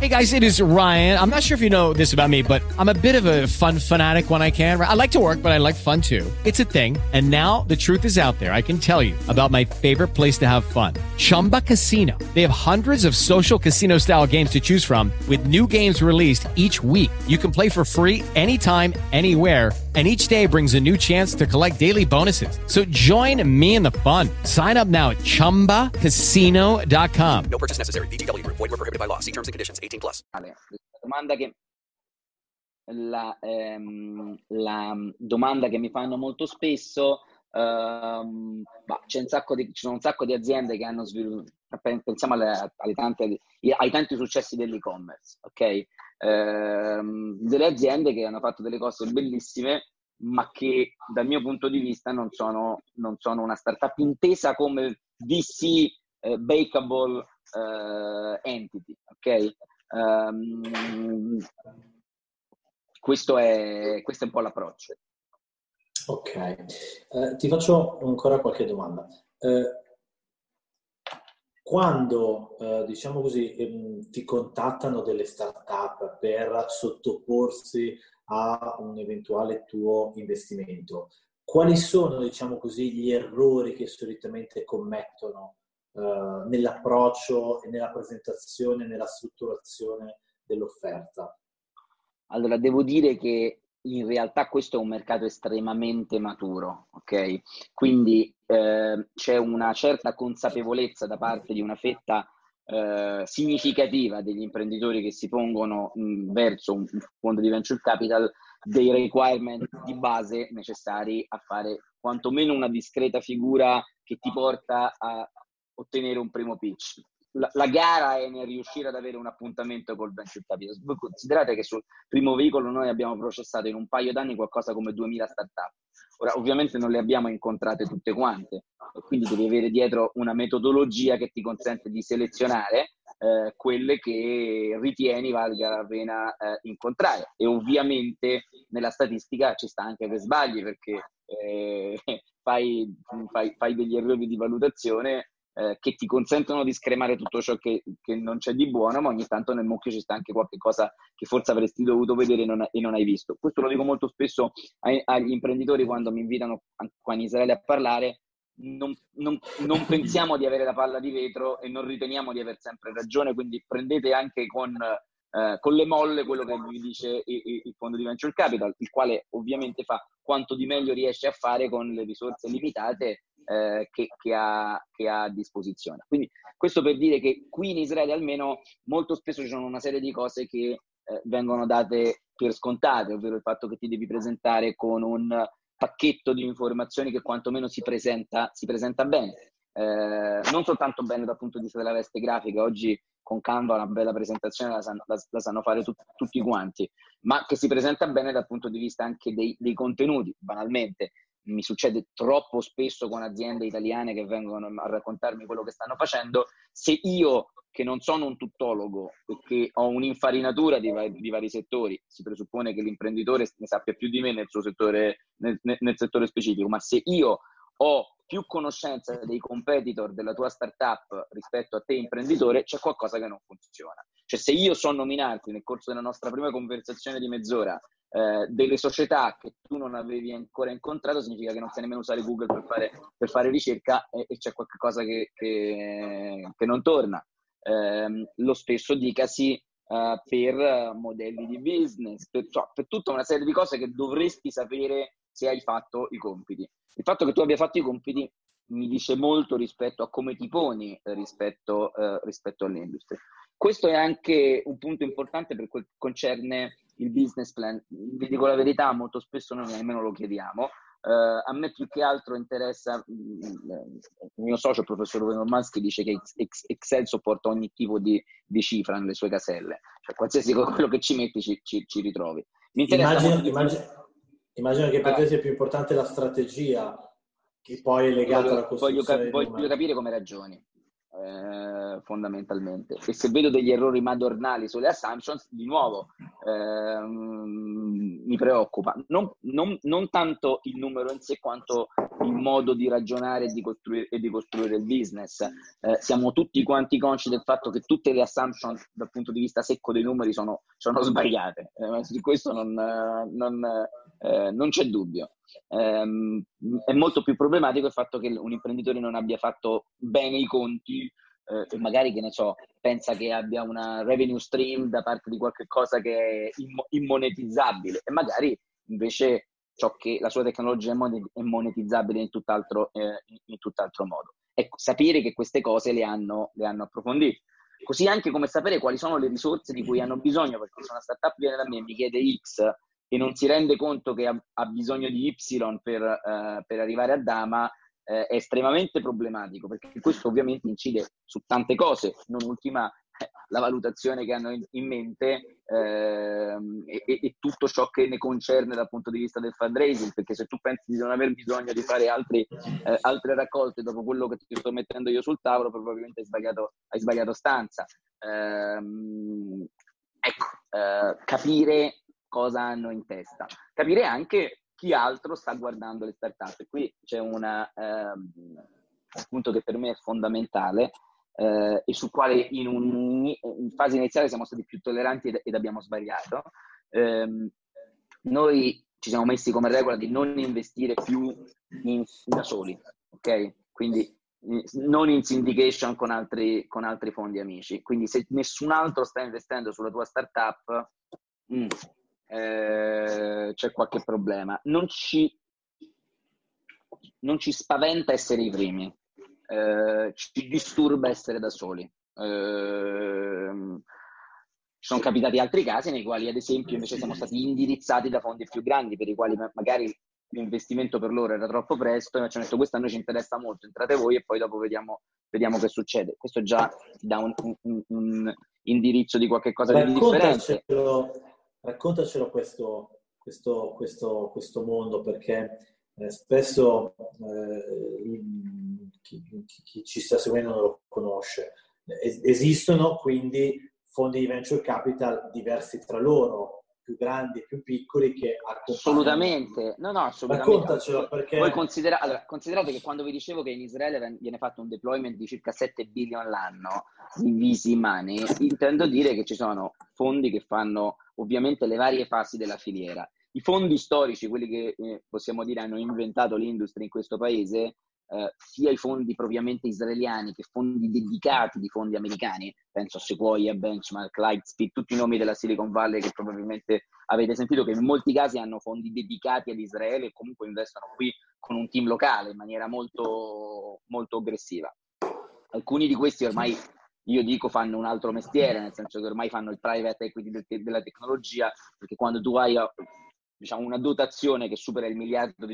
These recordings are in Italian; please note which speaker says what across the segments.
Speaker 1: Hey guys, it is Ryan. I'm not sure if you know this about me, but I'm a bit of a fun fanatic when I can. I like to work, but I like fun too. It's a thing. And now the truth is out there. I can tell you about my favorite place to have fun. Chumba Casino. They have hundreds of social casino style games to choose from with new games released each week. You can play for free anytime, anywhere. And each day brings a new chance to collect daily bonuses. So join me in the fun. Sign up now at ChumbaCasino.com.
Speaker 2: No purchase necessary. VGW Group. Void where prohibited by law. See terms and conditions. 18+.
Speaker 3: La domanda che mi fanno molto spesso, ci sono un sacco di aziende che hanno sviluppato, pensiamo ai tanti successi dell'e-commerce, ok? Delle aziende che hanno fatto delle cose bellissime, ma che dal mio punto di vista non sono una startup intesa come VC bakeable entity, ok? Questo è un po' l'approccio.
Speaker 4: Ok, ti faccio ancora qualche domanda. Quando, diciamo così, ti contattano delle startup per sottoporsi a un eventuale tuo investimento, quali sono, diciamo così, gli errori che solitamente commettono nell'approccio e nella presentazione, nella strutturazione dell'offerta?
Speaker 3: Allora, devo dire che in realtà questo è un mercato estremamente maturo, ok? Quindi c'è una certa consapevolezza da parte di una fetta significativa degli imprenditori che si pongono verso un fondo di venture capital dei requirement di base necessari a fare quantomeno una discreta figura che ti porta a ottenere un primo pitch. La gara è nel riuscire ad avere un appuntamento col venture capital. Voi considerate che sul primo veicolo noi abbiamo processato in un paio d'anni qualcosa come 2000 startup. Ora, ovviamente non le abbiamo incontrate tutte quante, e quindi devi avere dietro una metodologia che ti consente di selezionare quelle che ritieni valga la pena incontrare. E ovviamente nella statistica ci sta anche che sbagli, perché fai degli errori di valutazione che ti consentono di scremare tutto ciò che non c'è di buono, ma ogni tanto nel mucchio ci sta anche qualche cosa che forse avresti dovuto vedere e non hai visto. Questo lo dico molto spesso agli imprenditori quando mi invitano qua in Israele a parlare. Non pensiamo di avere la palla di vetro e non riteniamo di aver sempre ragione, quindi prendete anche con le molle quello che vi dice il fondo di venture capital, il quale ovviamente fa quanto di meglio riesce a fare con le risorse limitate che ha a disposizione. Quindi questo per dire che qui in Israele almeno molto spesso ci sono una serie di cose che vengono date per scontate, ovvero il fatto che ti devi presentare con un pacchetto di informazioni che quantomeno si presenta bene, non soltanto bene dal punto di vista della veste grafica. Oggi con Canva una bella presentazione la sanno fare tutti quanti, ma che si presenta bene dal punto di vista anche dei contenuti. Banalmente mi succede troppo spesso con aziende italiane che vengono a raccontarmi quello che stanno facendo. Se io, che non sono un tuttologo e che ho un'infarinatura di vari settori, si presuppone che l'imprenditore ne sappia più di me nel suo settore, nel settore specifico, ma se io ho più conoscenza dei competitor della tua startup rispetto a te imprenditore, c'è qualcosa che non funziona. Cioè, se io so nominarti nel corso della nostra prima conversazione di mezz'ora delle società che tu non avevi ancora incontrato, significa che non sai nemmeno usare Google per fare ricerca e c'è qualcosa che non torna. Lo stesso dicasi per modelli di business, per tutta una serie di cose che dovresti sapere se hai fatto i compiti. Il fatto che tu abbia fatto i compiti mi dice molto rispetto a come ti poni rispetto all'industria. Questo è anche un punto importante per quel che concerne il business plan. Vi dico la verità, molto spesso noi nemmeno lo chiediamo. A me più che altro interessa, il mio socio, il professor Romanski, dice che Excel sopporta ogni tipo di cifra nelle sue caselle, cioè qualsiasi quello che ci metti ci ritrovi. Mi interessa
Speaker 4: immagino che per te sia più importante la strategia, che poi è legata alla costruzione.
Speaker 3: Voglio capire come ragioni, fondamentalmente, e se vedo degli errori madornali sulle assumptions, di nuovo mi preoccupa. Non tanto il numero in sé quanto il modo di ragionare e di costruire il business. Siamo tutti quanti consci del fatto che tutte le assumption dal punto di vista secco dei numeri sono sbagliate. Su questo non c'è dubbio. È molto più problematico il fatto che un imprenditore non abbia fatto bene i conti, e magari, che ne so, pensa che abbia una revenue stream da parte di qualche cosa che è immonetizzabile, e magari invece la sua tecnologia è monetizzabile in tutt'altro modo. Ecco, sapere che queste cose le hanno approfondite. Così anche come sapere quali sono le risorse di cui hanno bisogno, perché se una startup viene da me e mi chiede X e non si rende conto che ha bisogno di Y per arrivare a Dama, è estremamente problematico, perché questo ovviamente incide su tante cose, non ultima la valutazione che hanno in mente, e tutto ciò che ne concerne dal punto di vista del fundraising, perché se tu pensi di non aver bisogno di fare altre raccolte dopo quello che ti sto mettendo io sul tavolo, probabilmente hai sbagliato stanza. Capire cosa hanno in testa, capire anche chi altro sta guardando le startup. E qui c'è un punto che per me è fondamentale, e sul quale in fase iniziale siamo stati più tolleranti ed abbiamo sbagliato. Noi ci siamo messi come regola di non investire più da soli, ok? Quindi non in syndication con altri fondi amici. Quindi se nessun altro sta investendo sulla tua startup, c'è qualche problema. Non ci spaventa essere i primi, ci disturba essere da soli. Ci sono capitati altri casi nei quali, ad esempio, invece siamo stati indirizzati da fondi più grandi, per i quali magari l'investimento per loro era troppo presto, e ci hanno detto: questo a noi ci interessa molto, entrate voi e poi dopo vediamo che succede. Questo già ti dà un indirizzo di qualche cosa di differente.
Speaker 4: Raccontacelo questo mondo, perché spesso chi ci sta seguendo non lo conosce. Esistono quindi fondi di venture capital diversi tra loro, più grandi e più piccoli, che
Speaker 3: assolutamente. Assolutamente.
Speaker 4: Raccontacelo, perché
Speaker 3: voi considerate che quando vi dicevo che in Israele viene fatto un deployment di circa 7 billion l'anno di VC money, intendo dire che ci sono fondi che fanno ovviamente le varie fasi della filiera. I fondi storici, quelli che possiamo dire hanno inventato l'industria in questo paese, sia i fondi propriamente israeliani che fondi dedicati di fondi americani, penso a Sequoia, Benchmark, Lightspeed, tutti i nomi della Silicon Valley che probabilmente avete sentito, che in molti casi hanno fondi dedicati ad Israele e comunque investono qui con un team locale in maniera molto, molto aggressiva. Alcuni di questi ormai, io dico, fanno un altro mestiere, nel senso che ormai fanno il private equity della tecnologia, perché quando tu hai una dotazione che supera il $1 miliardo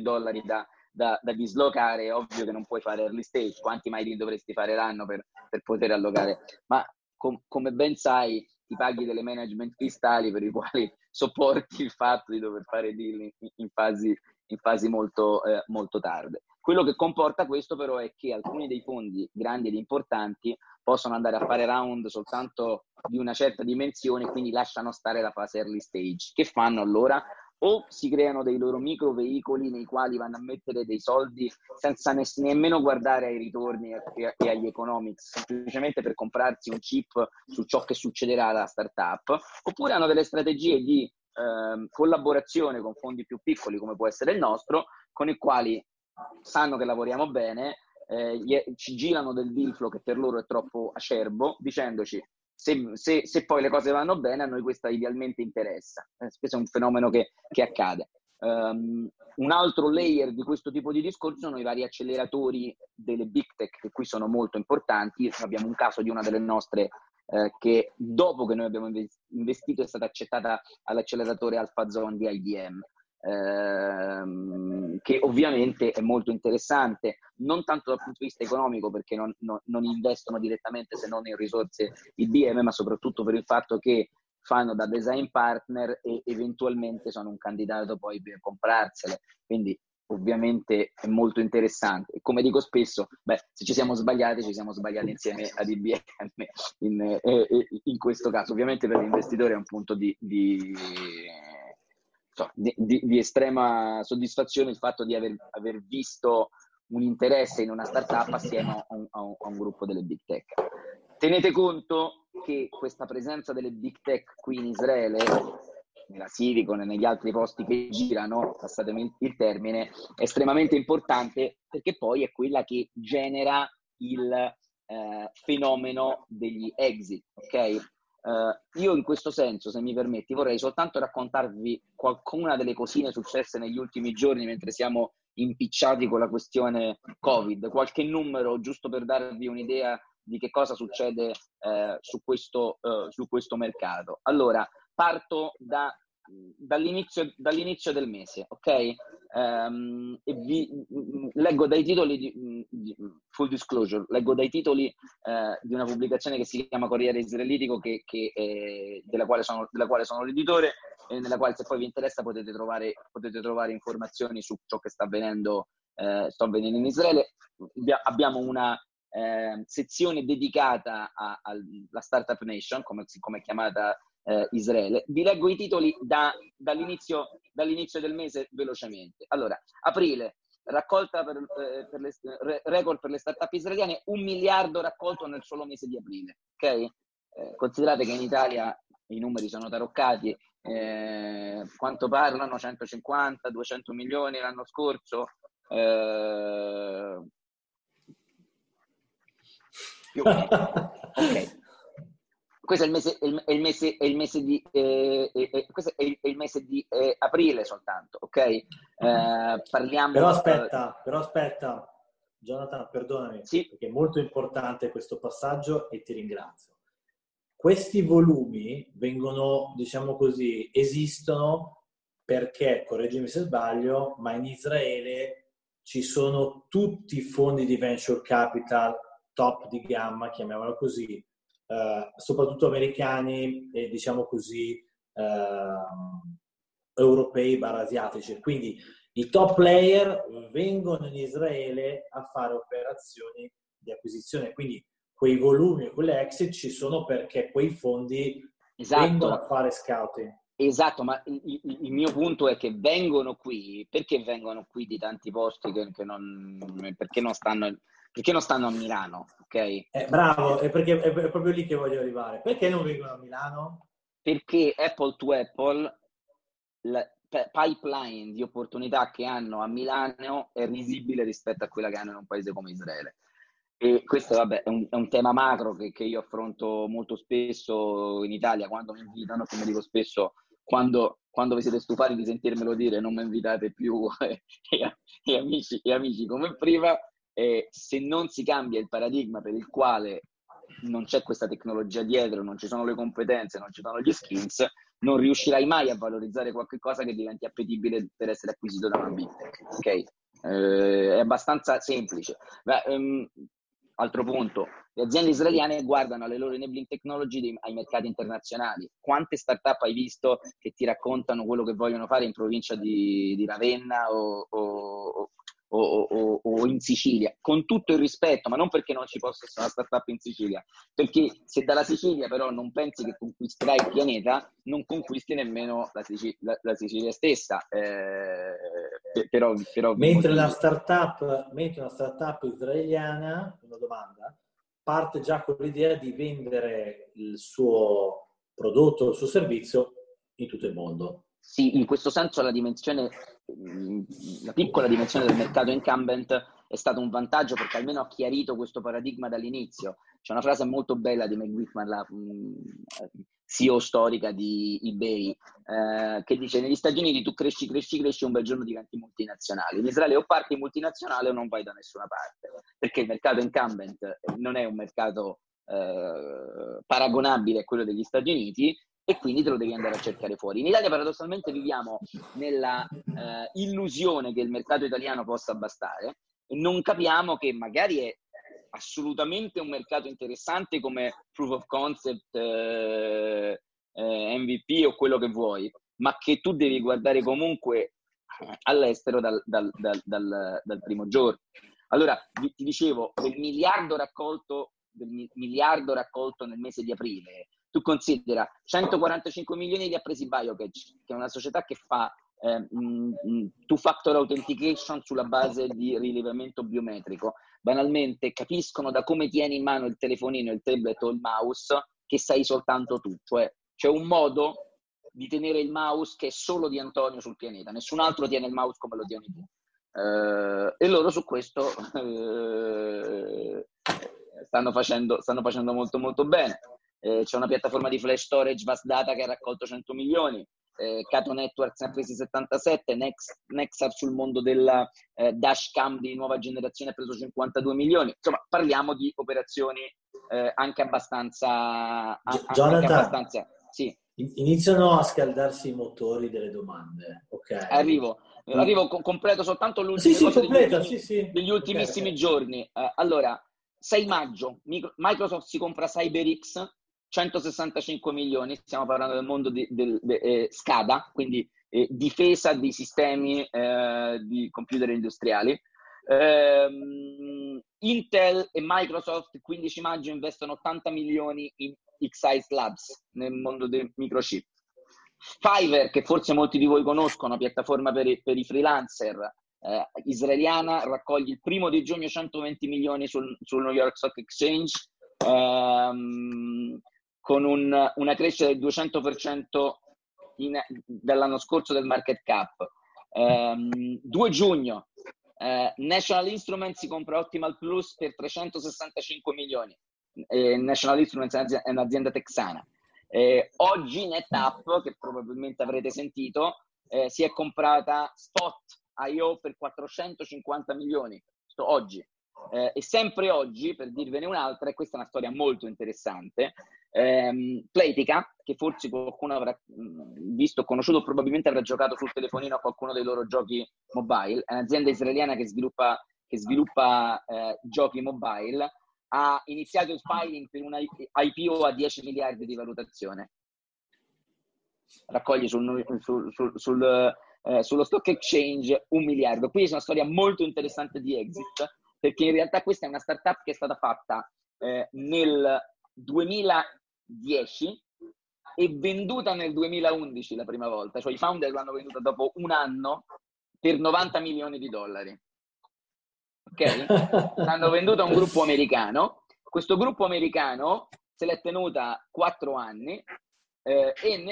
Speaker 3: da dislocare, è ovvio che non puoi fare early stage. Quanti mai deal dovresti fare l'anno per poter allocare? Ma come ben sai, ti paghi delle management fee per i quali sopporti il fatto di dover fare deal in fasi molto, molto tarde. Quello che comporta questo però è che alcuni dei fondi grandi ed importanti possono andare a fare round soltanto di una certa dimensione, quindi lasciano stare la fase early stage. Che fanno allora? O si creano dei loro micro veicoli nei quali vanno a mettere dei soldi senza nemmeno guardare ai ritorni e agli economics, semplicemente per comprarsi un chip su ciò che succederà alla startup, oppure hanno delle strategie di collaborazione con fondi più piccoli, come può essere il nostro, con i quali sanno che lavoriamo bene, ci girano del deal flow che per loro è troppo acerbo, dicendoci: se poi le cose vanno bene, a noi questa idealmente interessa. Questo è un fenomeno che accade. Un altro layer di questo tipo di discorso sono i vari acceleratori delle big tech, che qui sono molto importanti. Abbiamo un caso di una delle nostre che dopo che noi abbiamo investito è stata accettata all'acceleratore AlphaZone di IBM, che ovviamente è molto interessante, non tanto dal punto di vista economico, perché non investono direttamente se non in risorse IBM, ma soprattutto per il fatto che fanno da design partner e eventualmente sono un candidato poi per comprarsele. Quindi ovviamente è molto interessante. E come dico spesso, se ci siamo sbagliati insieme ad IBM in questo caso. Ovviamente per l'investitore è un punto di estrema soddisfazione il fatto di aver visto un interesse in una startup assieme a un gruppo delle big tech. Tenete conto che questa presenza delle big tech qui in Israele, nella Silicon e negli altri posti che girano, passatemi il termine, è estremamente importante, perché poi è quella che genera il fenomeno degli exit, ok? Io in questo senso, se mi permetti, vorrei soltanto raccontarvi qualcuna delle cosine successe negli ultimi giorni mentre siamo impicciati con la questione Covid, qualche numero giusto per darvi un'idea di che cosa succede su questo mercato. Allora, parto dall'inizio del mese, ok? E vi leggo dai titoli full disclosure, leggo dai titoli di una pubblicazione che si chiama Corriere Israelitico, della quale sono l'editore, e nella quale, se poi vi interessa, potete trovare informazioni su ciò che sta avvenendo in Israele. Abbiamo una sezione dedicata alla Startup Nation, come è chiamata Israele. Vi leggo i titoli dall'inizio del mese velocemente. Allora, aprile, raccolta record per le startup israeliane, 1 miliardo raccolto nel solo mese di aprile, ok? Considerate che in Italia i numeri sono taroccati, quanto parlano? 150-200 milioni l'anno scorso, più o meno. Ok. Questo è il mese di aprile soltanto, ok? Parliamo.
Speaker 4: Però aspetta, Jonathan, perdonami,
Speaker 3: sì.
Speaker 4: Perché è molto importante questo passaggio e ti ringrazio. Questi volumi vengono, diciamo così, esistono perché, correggimi se sbaglio, ma in Israele ci sono tutti i fondi di venture capital top di gamma, chiamiamolo così, soprattutto americani e, diciamo così, europei asiatici. Quindi i top player vengono in Israele a fare operazioni di acquisizione, quindi quei volumi e quelle exit ci sono perché quei fondi vengono a fare scouting.
Speaker 3: Esatto, ma il mio punto è che vengono qui, perché vengono qui di tanti posti perché non stanno a Milano, ok?
Speaker 4: Bravo, è proprio lì che voglio arrivare. Perché non vengono a Milano?
Speaker 3: Perché Apple to Apple, la pipeline di opportunità che hanno a Milano è risibile rispetto a quella che hanno in un paese come Israele. E questo, vabbè, è un tema macro che io affronto molto spesso in Italia quando mi invitano. Come dico spesso, quando vi siete stufati di sentirmelo dire, non mi invitate più e amici come prima. Se non si cambia il paradigma per il quale non c'è questa tecnologia dietro, non ci sono le competenze, non ci sono gli skills, non riuscirai mai a valorizzare qualche cosa che diventi appetibile per essere acquisito da una big tech, ok? È abbastanza semplice. Altro punto, le aziende israeliane guardano alle loro enabling technology ai mercati internazionali. Quante startup hai visto che ti raccontano quello che vogliono fare in provincia di Ravenna o in Sicilia? Con tutto il rispetto, ma non perché non ci possa essere una startup in Sicilia, perché se dalla Sicilia però non pensi che conquisterai il pianeta, non conquisti nemmeno la Sicilia stessa.
Speaker 4: Mentre una startup israeliana, una domanda, parte già con l'idea di vendere il suo prodotto, il suo servizio in tutto il mondo.
Speaker 3: Sì, in questo senso la piccola dimensione del mercato incumbent è stato un vantaggio, perché almeno ha chiarito questo paradigma dall'inizio. C'è una frase molto bella di Meg Whitman, la CEO storica di eBay, che dice: negli Stati Uniti tu cresci, un bel giorno diventi multinazionale. In Israele o parti multinazionale o non vai da nessuna parte, perché il mercato incumbent non è un mercato paragonabile a quello degli Stati Uniti, e quindi te lo devi andare a cercare fuori. In Italia paradossalmente viviamo nella illusione che il mercato italiano possa bastare, e non capiamo che magari è assolutamente un mercato interessante come proof of concept, MVP o quello che vuoi, ma che tu devi guardare comunque all'estero dal primo giorno. Allora, ti dicevo, del miliardo raccolto nel mese di aprile, tu considera 145 milioni li ha presi BioCatch, che è una società che fa two-factor authentication sulla base di rilevamento biometrico. Banalmente capiscono da come tieni in mano il telefonino, il tablet o il mouse che sei soltanto tu, cioè c'è un modo di tenere il mouse che è solo di Antonio sul pianeta, nessun altro tiene il mouse come lo tieni tu. E loro su questo stanno facendo molto molto bene. C'è una piattaforma di flash storage Vast Data che ha raccolto 100 milioni, Cato Networks ne ha presi 77, Nexar sul mondo della dashcam di nuova generazione ha preso 52 milioni. Insomma, parliamo di operazioni anche abbastanza sì.
Speaker 4: Iniziano a scaldarsi i motori delle domande. Okay.
Speaker 3: Arrivo, completo soltanto l'ultima cosa degli ultimissimi giorni. Allora, 6 maggio, Microsoft si compra CyberX, 165 milioni, stiamo parlando del mondo SCADA, quindi difesa di sistemi di computer industriali. Intel e Microsoft 15 maggio investono 80 milioni in X-Size Labs nel mondo dei microchip. Fiverr, che forse molti di voi conoscono, piattaforma per i freelancer israeliana, raccoglie il 1 di giugno 120 milioni sul New York Stock Exchange, con una crescita del 200% dall'anno scorso del market cap. 2 giugno National Instruments si compra Optimal Plus per 365 milioni. National Instruments è un'azienda texana. Oggi NetApp, che probabilmente avrete sentito, si è comprata Spot.io per 450 milioni. Oggi. E sempre oggi, per dirvene un'altra, e questa è una storia molto interessante, Playtika, che forse qualcuno avrà visto o conosciuto, probabilmente avrà giocato sul telefonino a qualcuno dei loro giochi mobile, è un'azienda israeliana che sviluppa giochi mobile, ha iniziato il filing per una IPO a 10 miliardi di valutazione, raccoglie sullo stock exchange 1 miliardo. Qui c'è una storia molto interessante di exit, perché in realtà questa è una startup che è stata fatta nel 2010 e venduta nel 2011 la prima volta, cioè i founder l'hanno venduta dopo un anno per 90 milioni di dollari. Ok? L'hanno venduta a un gruppo americano. Questo gruppo americano se l'è tenuta 4 anni e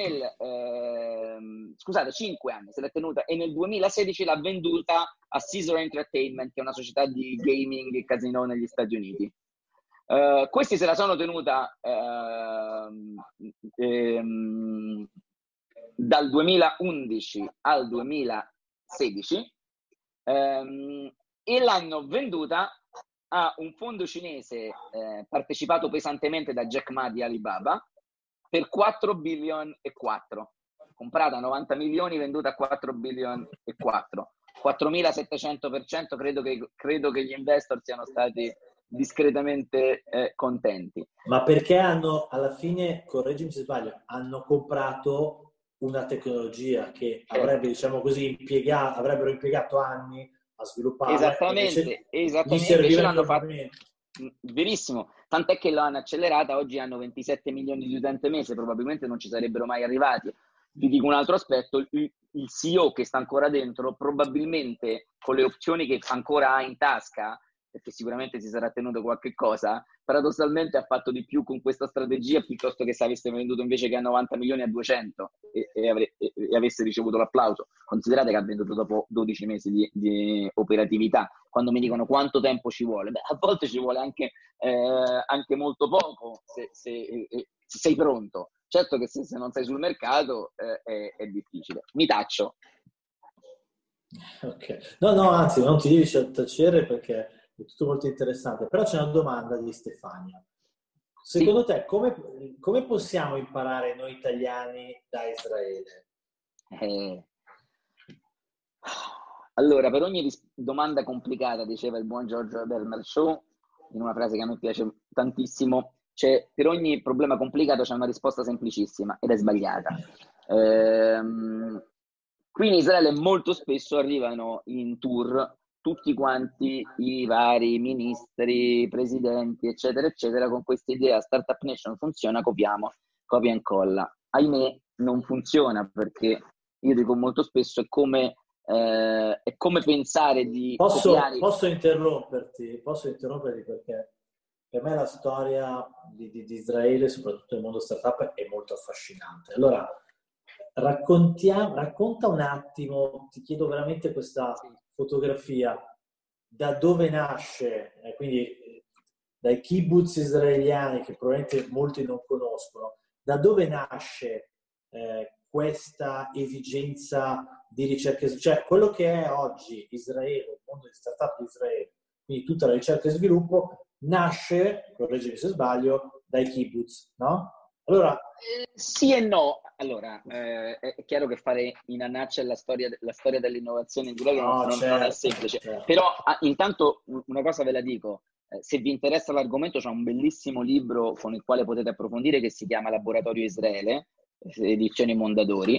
Speaker 3: 5 anni se l'è tenuta, e nel 2016 l'ha venduta a Caesar Entertainment, che è una società di gaming e casino negli Stati Uniti. Questi se la sono tenuta dal 2011 al 2016 e l'hanno venduta a un fondo cinese partecipato pesantemente da Jack Ma di Alibaba per 4 billion e 4, comprata a 90 milioni, venduta a 4 billion e 4, 4.700%. Credo che gli investor siano stati discretamente contenti.
Speaker 4: Ma perché alla fine, correggimi se sbaglio, hanno comprato una tecnologia che avrebbe, diciamo così, avrebbero impiegato anni a sviluppare.
Speaker 3: Esattamente. Invece l'hanno fatto. Verissimo, tant'è che l'hanno accelerata, oggi hanno 27 milioni di utenti mese, probabilmente non ci sarebbero mai arrivati. Vi dico un altro aspetto, il CEO che sta ancora dentro, probabilmente con le opzioni che ancora ha in tasca, perché sicuramente si sarà tenuto qualche cosa, paradossalmente ha fatto di più con questa strategia piuttosto che se avesse venduto invece che a 90 milioni a 200 e avesse ricevuto l'applauso. Considerate che ha venduto dopo 12 mesi di operatività. Quando mi dicono quanto tempo ci vuole, a volte ci vuole anche molto poco se sei pronto. Certo che se non sei sul mercato è difficile. Mi taccio.
Speaker 4: Ok. No, anzi, non ti devi tacere perché è tutto molto interessante. Però c'è una domanda di Stefania. Secondo te, come possiamo imparare noi italiani da Israele?
Speaker 3: Allora, per ogni domanda complicata, diceva il buon George Bernard Shaw, in una frase che a me piace tantissimo, per ogni problema complicato c'è una risposta semplicissima ed è sbagliata. Qui in Israele molto spesso arrivano in tour tutti quanti i vari ministri, presidenti, eccetera, eccetera, con questa idea Startup Nation funziona, copiamo, copia e incolla. Ahimè, non funziona, perché io dico molto spesso è come pensare di copiare...
Speaker 4: Posso interromperti perché per me la storia di Israele, soprattutto nel mondo startup, è molto affascinante. Allora, racconta un attimo, ti chiedo veramente questa fotografia, da dove nasce, quindi dai kibbutz israeliani che probabilmente molti non conoscono, da dove nasce questa esigenza di ricerca, cioè quello che è oggi Israele, il mondo di startup di Israele, quindi tutta la ricerca e sviluppo, nasce, correggimi se sbaglio, dai kibbutz, no? Allora,
Speaker 3: sì e no. Allora, è chiaro che fare in a nutshell la storia dell'innovazione in Israele non è semplice.
Speaker 4: Certo.
Speaker 3: Però intanto una cosa ve la dico, se vi interessa l'argomento c'è un bellissimo libro con il quale potete approfondire che si chiama Laboratorio Israele, edizioni Mondadori,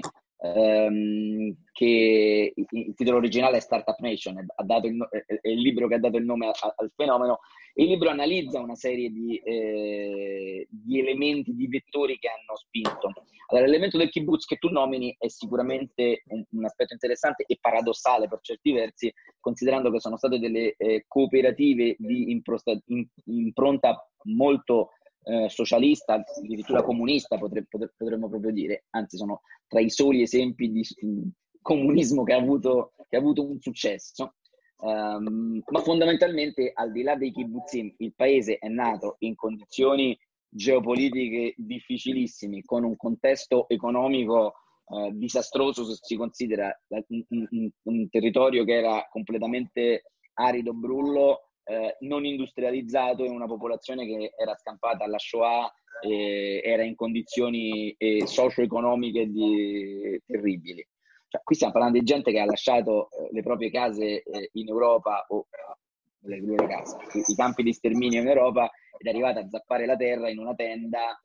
Speaker 3: che il titolo originale è Startup Nation, è il libro che ha dato il nome al fenomeno. Il libro analizza una serie di elementi, di vettori che hanno spinto. Allora, l'elemento del kibbutz che tu nomini è sicuramente un aspetto interessante e paradossale per certi versi, considerando che sono state delle cooperative di impronta molto socialista, addirittura comunista, potremmo proprio dire. Anzi, sono tra i soli esempi di comunismo che ha avuto un successo. Ma fondamentalmente, al di là dei kibbutzim, il paese è nato in condizioni geopolitiche difficilissime, con un contesto economico disastroso, se si considera un territorio che era completamente arido, brullo, non industrializzato, e una popolazione che era scampata alla Shoah, era in condizioni socio-economiche terribili. Cioè, qui stiamo parlando di gente che ha lasciato le proprie case in Europa, o le loro case, i campi di sterminio in Europa, ed è arrivata a zappare la terra in una tenda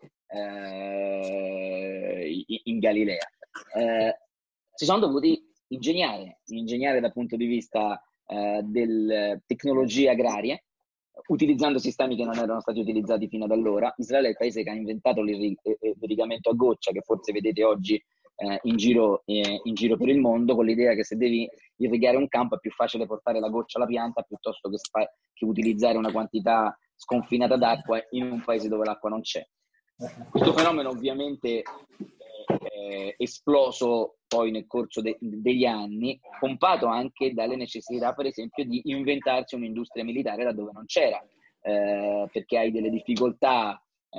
Speaker 3: in Galilea. Si sono dovuti ingegnare dal punto di vista delle tecnologie agrarie, utilizzando sistemi che non erano stati utilizzati fino ad allora. Israele è il paese che ha inventato l'irrigamento a goccia, che forse vedete oggi in giro per il mondo, con l'idea che se devi irrigare un campo è più facile portare la goccia alla pianta piuttosto che utilizzare una quantità sconfinata d'acqua in un paese dove l'acqua non c'è. Questo fenomeno ovviamente è esploso poi nel corso degli anni, pompato anche dalle necessità, per esempio, di inventarsi un'industria militare laddove non c'era, perché hai delle difficoltà.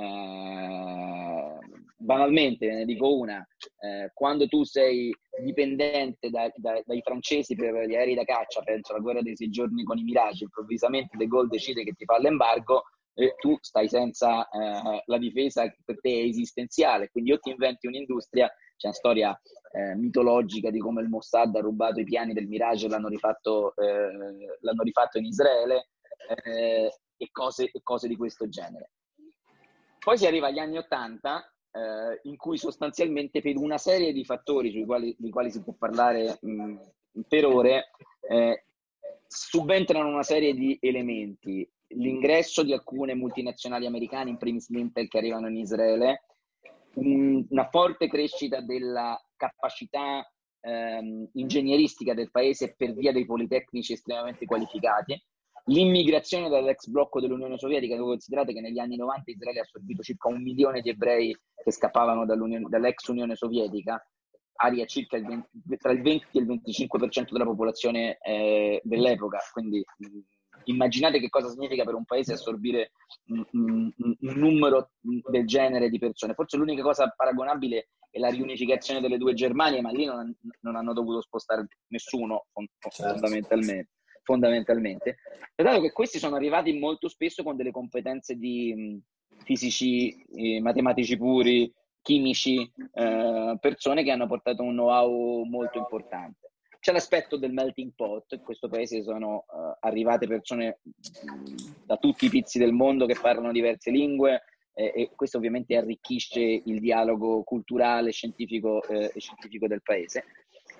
Speaker 3: Banalmente, ne dico una, quando tu sei dipendente dai francesi per gli aerei da caccia, penso alla guerra dei 6 giorni con i Mirage, improvvisamente De Gaulle decide che ti fa l'embargo e tu stai senza la difesa, che per te è esistenziale, quindi o ti inventi un'industria. C'è una storia mitologica di come il Mossad ha rubato i piani del Mirage e l'hanno rifatto in Israele, e cose di questo genere. Poi si arriva agli anni '80, in cui sostanzialmente, per una serie di fattori di quali si può parlare per ore, subentrano una serie di elementi. L'ingresso di alcune multinazionali americane, in primis l'Intel, che arrivano in Israele, una forte crescita della capacità ingegneristica del paese per via dei politecnici estremamente qualificati, l'immigrazione dall'ex blocco dell'Unione Sovietica. Voi considerate che negli anni '90 Israele ha assorbito circa 1 milione di ebrei che scappavano dall'ex Unione Sovietica, aria circa tra il 20 e il 25% della popolazione dell'epoca. Quindi immaginate che cosa significa per un paese assorbire un numero del genere di persone. Forse l'unica cosa paragonabile è la riunificazione delle 2 Germanie, ma lì non hanno dovuto spostare nessuno, fondamentalmente. Dato che questi sono arrivati molto spesso con delle competenze di fisici, matematici puri, chimici, persone che hanno portato un know-how molto importante. C'è l'aspetto del melting pot. In questo paese sono arrivate persone da tutti i pizzi del mondo che parlano diverse lingue, e questo ovviamente arricchisce il dialogo culturale, scientifico del paese.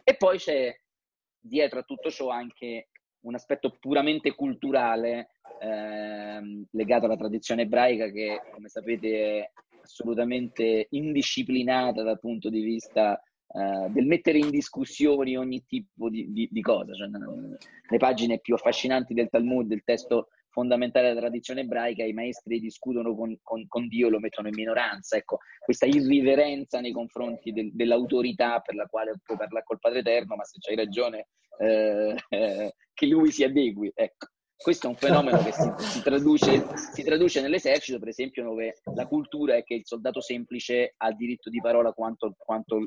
Speaker 3: E poi c'è dietro a tutto ciò anche un aspetto puramente culturale legato alla tradizione ebraica che, come sapete, è assolutamente indisciplinata dal punto di vista del mettere in discussione ogni tipo di cosa. Cioè, le pagine più affascinanti del Talmud, del testo fondamentale della tradizione ebraica, i maestri discutono con Dio e lo mettono in minoranza. Ecco, questa irriverenza nei confronti dell'autorità per la quale puoi parlare col Padre Eterno, ma se c'hai ragione che lui si adegui. Ecco, questo è un fenomeno che si traduce nell'esercito, per esempio, dove la cultura è che il soldato semplice ha diritto di parola quanto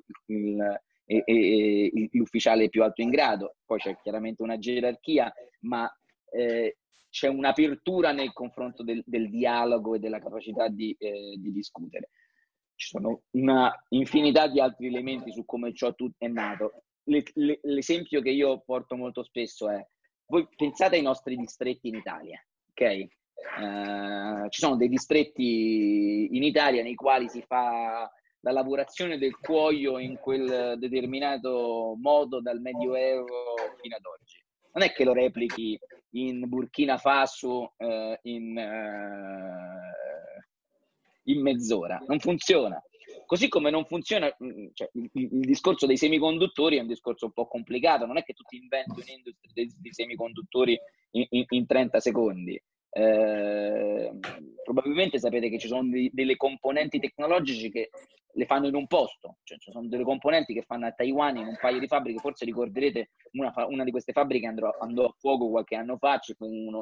Speaker 3: l'ufficiale più alto in grado. Poi c'è chiaramente una gerarchia, ma c'è un'apertura nei confronto del dialogo e della capacità di discutere. Ci sono una infinità di altri elementi su come ciò è nato. L'esempio che io porto molto spesso è: voi pensate ai nostri distretti in Italia, ok? Ci sono dei distretti in Italia nei quali si fa la lavorazione del cuoio in quel determinato modo dal Medioevo fino ad oggi. Non è che lo replichi in Burkina Faso in mezz'ora, non funziona. Così come non funziona, cioè, il discorso dei semiconduttori è un discorso un po' complicato, non è che tu ti inventi un'industria dei semiconduttori in 30 secondi. Probabilmente sapete che ci sono delle componenti tecnologiche che le fanno in un posto, cioè ci sono delle componenti che fanno a Taiwan in un paio di fabbriche. Forse ricorderete una di queste fabbriche andò a fuoco qualche anno fa, c'è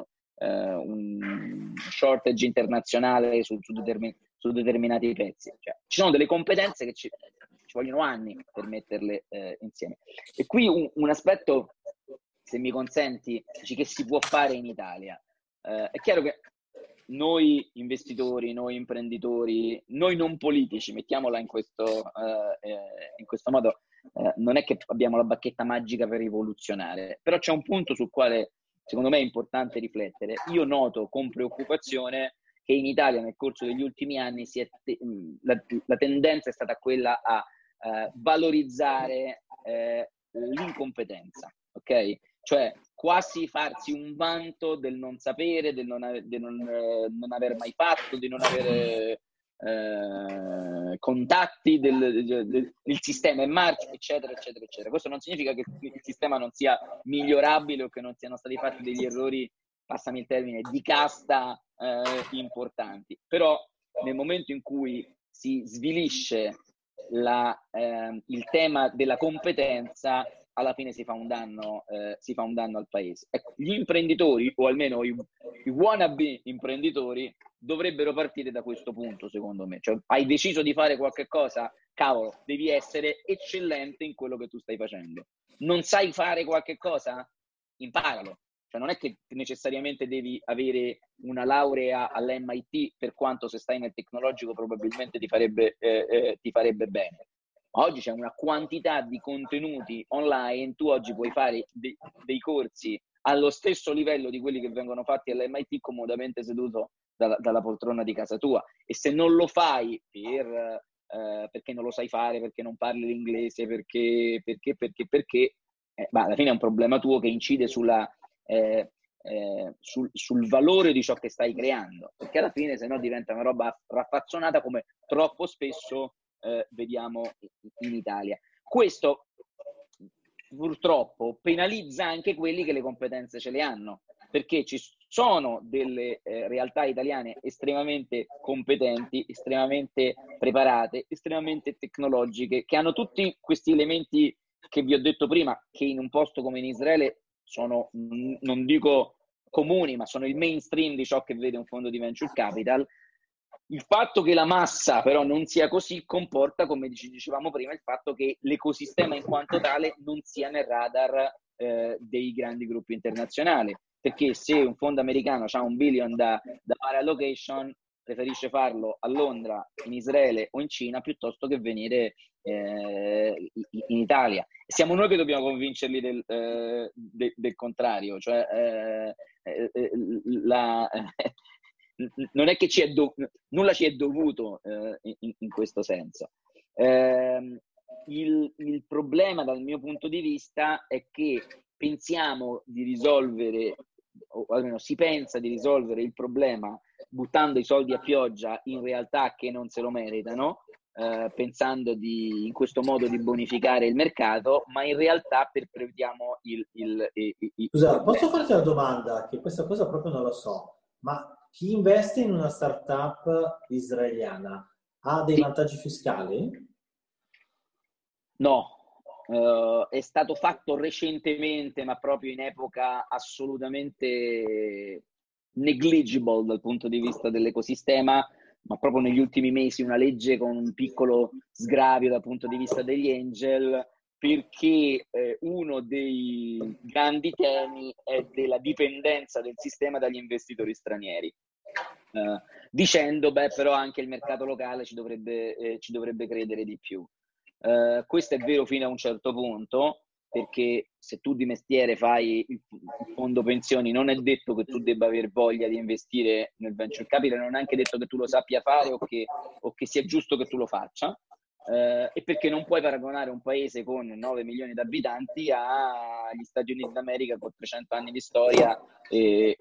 Speaker 3: un shortage internazionale su determinati pezzi. Cioè, ci sono delle competenze che ci vogliono anni per metterle insieme. E qui un aspetto, se mi consenti, che si può fare in Italia. È chiaro che noi investitori, noi imprenditori, noi non politici, mettiamola in questo modo, non è che abbiamo la bacchetta magica per rivoluzionare, però c'è un punto sul quale secondo me è importante riflettere. Io noto con preoccupazione che in Italia nel corso degli ultimi anni la tendenza è stata quella a valorizzare l'incompetenza, ok? Cioè quasi farsi un vanto del non sapere, del non aver mai fatto, di non avere contatti, del sistema in marcia, eccetera, eccetera, eccetera. Questo non significa che il sistema non sia migliorabile o che non siano stati fatti degli errori, passami il termine, di casta importanti. Però nel momento in cui si svilisce il tema della competenza, alla fine si fa un danno al paese. Ecco, gli imprenditori, o almeno i wannabe imprenditori, dovrebbero partire da questo punto, secondo me. Cioè, hai deciso di fare qualche cosa? Cavolo, devi essere eccellente in quello che tu stai facendo. Non sai fare qualche cosa? Imparalo. Cioè, non è che necessariamente devi avere una laurea all'MIT, per quanto se stai nel tecnologico probabilmente ti farebbe bene. Oggi c'è una quantità di contenuti online, tu oggi puoi fare dei corsi allo stesso livello di quelli che vengono fatti all'MIT comodamente seduto dalla poltrona di casa tua. E se non lo fai perché non lo sai fare, perché non parli l'inglese, perché alla fine è un problema tuo che incide sul valore di ciò che stai creando, perché alla fine se no diventa una roba raffazzonata, come troppo spesso vediamo in Italia. Questo purtroppo penalizza anche quelli che le competenze ce le hanno, perché ci sono delle realtà italiane estremamente competenti, estremamente preparate, estremamente tecnologiche, che hanno tutti questi elementi che vi ho detto prima, che in un posto come in Israele sono, non dico comuni, ma sono il mainstream di ciò che vede un fondo di venture capital. Il fatto che la massa però non sia così comporta, come dicevamo prima, il fatto che l'ecosistema in quanto tale non sia nel radar dei grandi gruppi internazionali, perché se un fondo americano ha $1 billion da fare allocation, preferisce farlo a Londra, in Israele o in Cina piuttosto che venire in Italia. E siamo noi che dobbiamo convincerli del contrario, cioè non è che nulla ci è dovuto in questo senso. il problema dal mio punto di vista è che pensiamo di risolvere, o almeno si pensa di risolvere il problema buttando i soldi a pioggia, in realtà che non se lo meritano, pensando in questo modo di bonificare il mercato, ma in realtà perpetuiamo il
Speaker 4: Scusa, posso
Speaker 3: problema.
Speaker 4: farti una domanda? Che questa cosa proprio non lo so, ma chi investe in una startup israeliana ha dei
Speaker 3: Sì.
Speaker 4: vantaggi fiscali?
Speaker 3: No, è stato fatto recentemente, ma proprio in epoca assolutamente negligible dal punto di vista dell'ecosistema, ma proprio negli ultimi mesi una legge con un piccolo sgravio dal punto di vista degli angel, perché uno dei grandi temi è della dipendenza del sistema dagli investitori stranieri. Dicendo, però anche il mercato locale ci dovrebbe credere di più. Questo è vero fino a un certo punto, perché se tu di mestiere fai il fondo pensioni, non è detto che tu debba aver voglia di investire nel venture capital, non è anche detto che tu lo sappia fare o che sia giusto che tu lo faccia, e perché non puoi paragonare un paese con 9 milioni di abitanti agli Stati Uniti d'America con 300 anni di storia e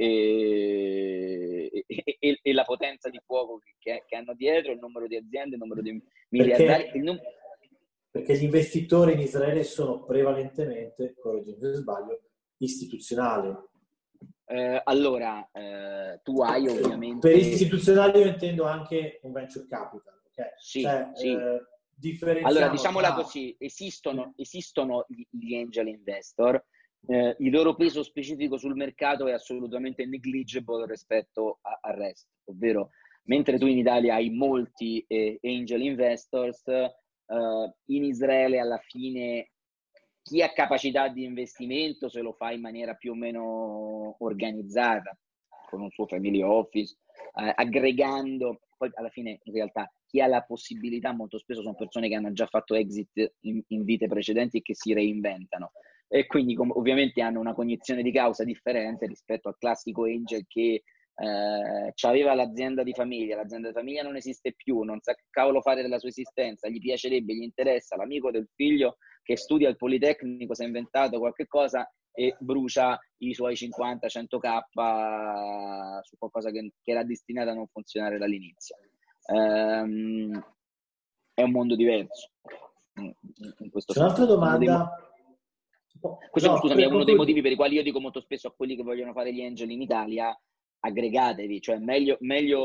Speaker 3: la potenza di fuoco che hanno dietro, il numero di aziende, il numero di miliardari.
Speaker 4: Perché gli investitori in Israele sono prevalentemente, correggimi se sbaglio, istituzionali.
Speaker 3: Allora, tu hai ovviamente...
Speaker 4: Per istituzionali io intendo anche un venture capital. Okay?
Speaker 3: Sì,
Speaker 4: cioè,
Speaker 3: sì.
Speaker 4: Differenziamo
Speaker 3: allora, diciamola
Speaker 4: tra...
Speaker 3: così, esistono gli angel investor, il loro peso specifico sul mercato è assolutamente negligible rispetto al resto, ovvero mentre tu in Italia hai molti angel investors, in Israele alla fine chi ha capacità di investimento se lo fa in maniera più o meno organizzata, con un suo family office, aggregando, poi alla fine in realtà chi ha la possibilità molto spesso sono persone che hanno già fatto exit in vite precedenti e che si reinventano, e quindi ovviamente hanno una cognizione di causa differente rispetto al classico angel che aveva l'azienda di famiglia non esiste più, non sa che cavolo fare della sua esistenza, gli piacerebbe, gli interessa, l'amico del figlio che studia al Politecnico si è inventato qualche cosa e brucia i suoi 50-100k su qualcosa che era destinato a non funzionare dall'inizio. È un mondo diverso in questo
Speaker 4: C'è un'altra
Speaker 3: senso.
Speaker 4: domanda.
Speaker 3: Scusami, è uno dei motivi per i quali io dico molto spesso a quelli che vogliono fare gli angel in Italia: aggregatevi, cioè meglio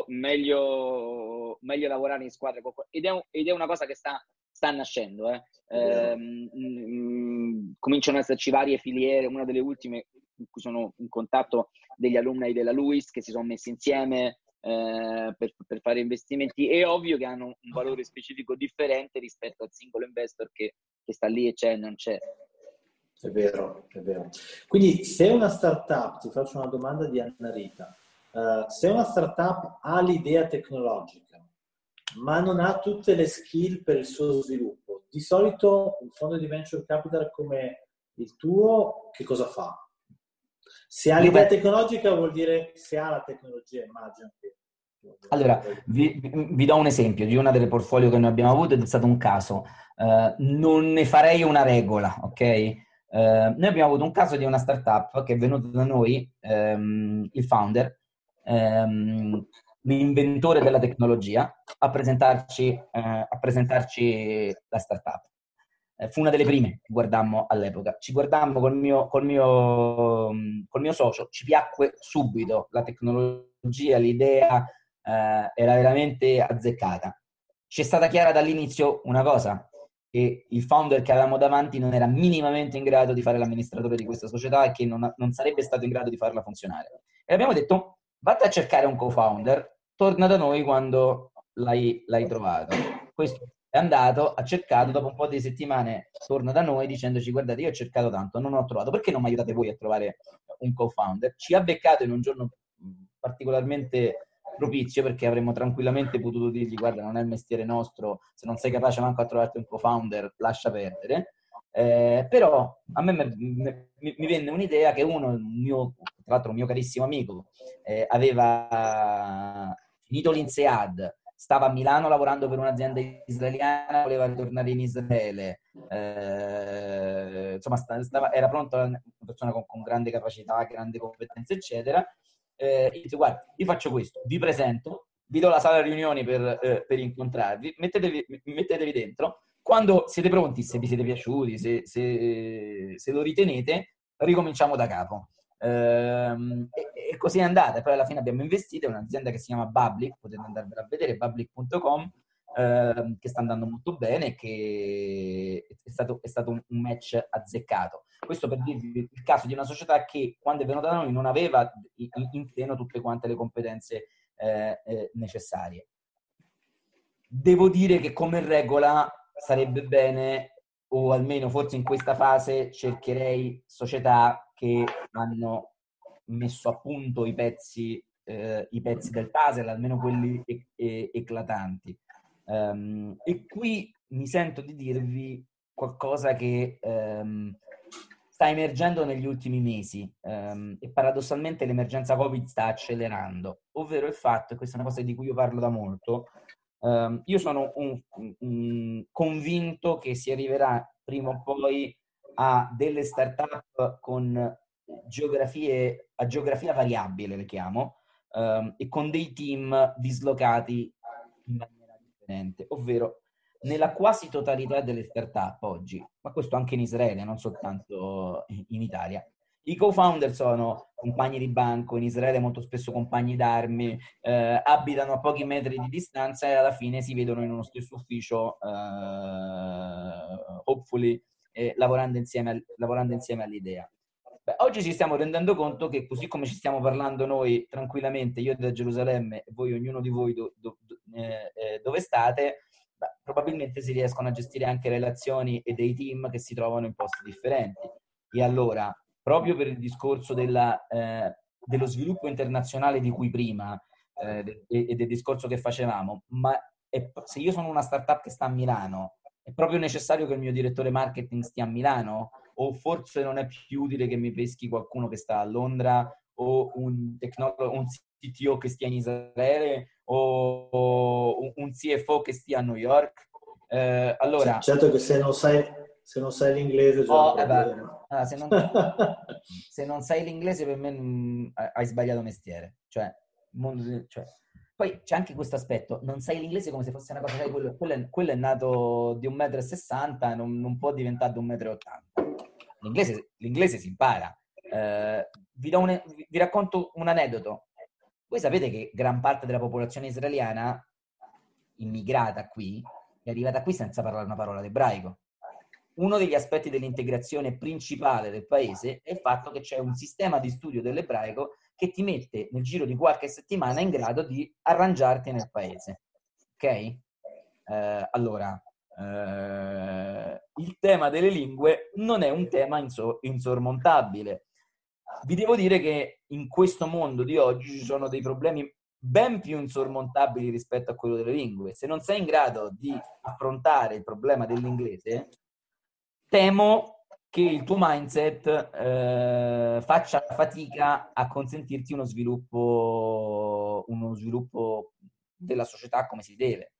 Speaker 3: lavorare in squadra ed è una cosa che sta nascendo. Cominciano ad esserci varie filiere, una delle ultime in cui sono in contatto degli alumni della LUIS che si sono messi insieme per fare investimenti. È ovvio che hanno un valore specifico differente rispetto al singolo investor che sta lì e c'è e non c'è.
Speaker 4: È vero, è vero. Quindi se una startup, ti faccio una domanda di Anna Rita, se una startup ha l'idea tecnologica ma non ha tutte le skill per il suo sviluppo, di solito un fondo di venture capital come il tuo che cosa fa? Se ha l'idea tecnologica vuol dire se ha la tecnologia, immagino.
Speaker 5: Allora, vi do un esempio di una delle portfolio che noi abbiamo avuto ed è stato un caso. Non ne farei una regola, ok? Noi abbiamo avuto un caso di una startup che è venuta da noi, il founder, l'inventore della tecnologia, a presentarci la startup. Fu una delle prime che guardammo all'epoca. Ci guardammo col mio socio, ci piacque subito la tecnologia, l'idea era veramente azzeccata. Ci è stata chiara dall'inizio una cosa: che il founder che avevamo davanti non era minimamente in grado di fare l'amministratore di questa società e che non sarebbe stato in grado di farla funzionare. E abbiamo detto: vatti a cercare un co-founder, torna da noi quando l'hai trovato. Questo è andato, ha cercato, dopo un po' di settimane torna da noi dicendoci: guardate, io ho cercato tanto, non ho trovato, perché non mi aiutate voi a trovare un co-founder? Ci ha beccato in un giorno particolarmente propizio, perché avremmo tranquillamente potuto dirgli: guarda, non è il mestiere nostro, se non sei capace manco a trovarti un co-founder, lascia perdere. Però a me mi venne un'idea che tra l'altro un mio carissimo amico, aveva finito l'INSEAD, stava a Milano lavorando per un'azienda israeliana, voleva ritornare in Israele, insomma era pronto, una persona con grande capacità, grandi competenze, eccetera. Dice, guarda, vi faccio questo, vi presento, vi do la sala riunioni per incontrarvi, mettetevi dentro, quando siete pronti, se vi siete piaciuti, se lo ritenete, ricominciamo da capo. E così è andata. E poi alla fine abbiamo investito in un'azienda che si chiama Public, potete andarvela a vedere, public.com, che sta andando molto bene e che è stato un match azzeccato. Questo per dirvi il caso di una società che quando è venuta da noi non aveva in seno tutte quante le competenze necessarie. Devo dire che come regola sarebbe bene, o almeno forse in questa fase cercherei società che hanno messo a punto i pezzi del puzzle, almeno quelli eclatanti. E qui mi sento di dirvi qualcosa che sta emergendo negli ultimi mesi e paradossalmente l'emergenza Covid sta accelerando, ovvero il fatto, e questa è una cosa di cui io parlo da molto, io sono un convinto che si arriverà prima o poi a delle startup con geografia variabile, le chiamo, e con dei team dislocati in maniera differente, ovvero nella quasi totalità delle startup oggi, ma questo anche in Israele, non soltanto in Italia, i co-founder sono compagni di banco, in Israele molto spesso compagni d'armi, abitano a pochi metri di distanza e alla fine si vedono in uno stesso ufficio, hopefully, lavorando insieme all'idea. Beh, oggi ci stiamo rendendo conto che così come ci stiamo parlando noi tranquillamente, io da Gerusalemme e voi, ognuno di voi dove state, beh, probabilmente si riescono a gestire anche relazioni e dei team che si trovano in posti differenti. E allora, proprio per il discorso dello sviluppo internazionale di cui prima e del discorso che facevamo, ma se io sono una startup che sta a Milano, è proprio necessario che il mio direttore marketing stia a Milano? O forse non è più utile che mi peschi qualcuno che sta a Londra o un CTO che stia in Israele o un CFO che stia a New York? Allora,
Speaker 4: certo che se non sai l'inglese già è un problema.
Speaker 5: Se non sai l'inglese per me hai sbagliato mestiere. Cioè, poi c'è anche questo aspetto, non sai l'inglese come se fosse una cosa, sai, quello è nato di 1,60 m, non può diventare di 1,80 m. L'inglese si impara. Vi racconto un aneddoto. Voi sapete che gran parte della popolazione israeliana immigrata qui è arrivata qui senza parlare una parola d'ebraico. Uno degli aspetti dell'integrazione principale del paese è il fatto che c'è un sistema di studio dell'ebraico che ti mette nel giro di qualche settimana in grado di arrangiarti nel paese. Ok? Allora, il tema delle lingue non è un tema insormontabile. Vi devo dire che in questo mondo di oggi ci sono dei problemi ben più insormontabili rispetto a quello delle lingue. Se non sei in grado di affrontare il problema dell'inglese, temo che il tuo mindset faccia fatica a consentirti uno sviluppo della società come si deve.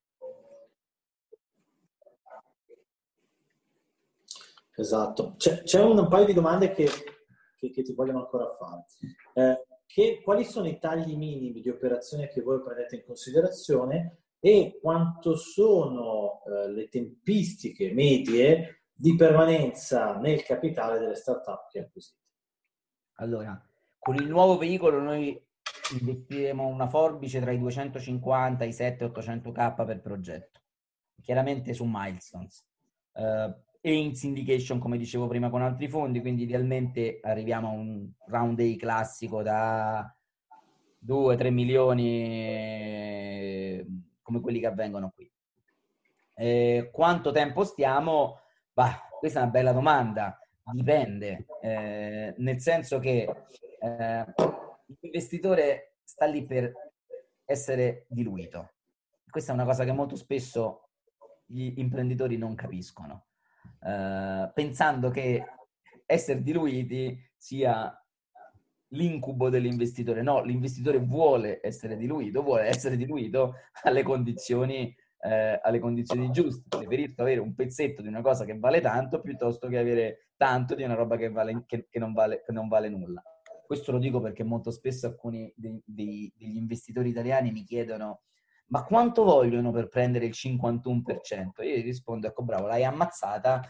Speaker 4: Esatto. C'è un paio di domande che ti vogliono ancora fare. Quali sono i tagli minimi di operazione che voi prendete in considerazione e quanto sono le tempistiche medie di permanenza nel capitale delle startup che acquisite?
Speaker 5: Allora, con il nuovo veicolo noi investiremo una forbice tra i 250 e i 700-800k per progetto, chiaramente su milestones. E in syndication, come dicevo prima, con altri fondi, quindi idealmente arriviamo a un round A classico da 2-3 milioni come quelli che avvengono qui. Quanto tempo stiamo? Bah, questa è una bella domanda, dipende, nel senso che l'investitore sta lì per essere diluito. Questa è una cosa che molto spesso gli imprenditori non capiscono. Pensando che essere diluiti sia l'incubo dell'investitore. No, l'investitore vuole essere diluito alle condizioni giuste. Preferisco avere un pezzetto di una cosa che vale tanto piuttosto che avere tanto di una roba che non vale nulla. Questo lo dico perché molto spesso alcuni degli investitori italiani mi chiedono: ma quanto vogliono per prendere il 51%? Io gli rispondo: ecco, bravo, l'hai ammazzata.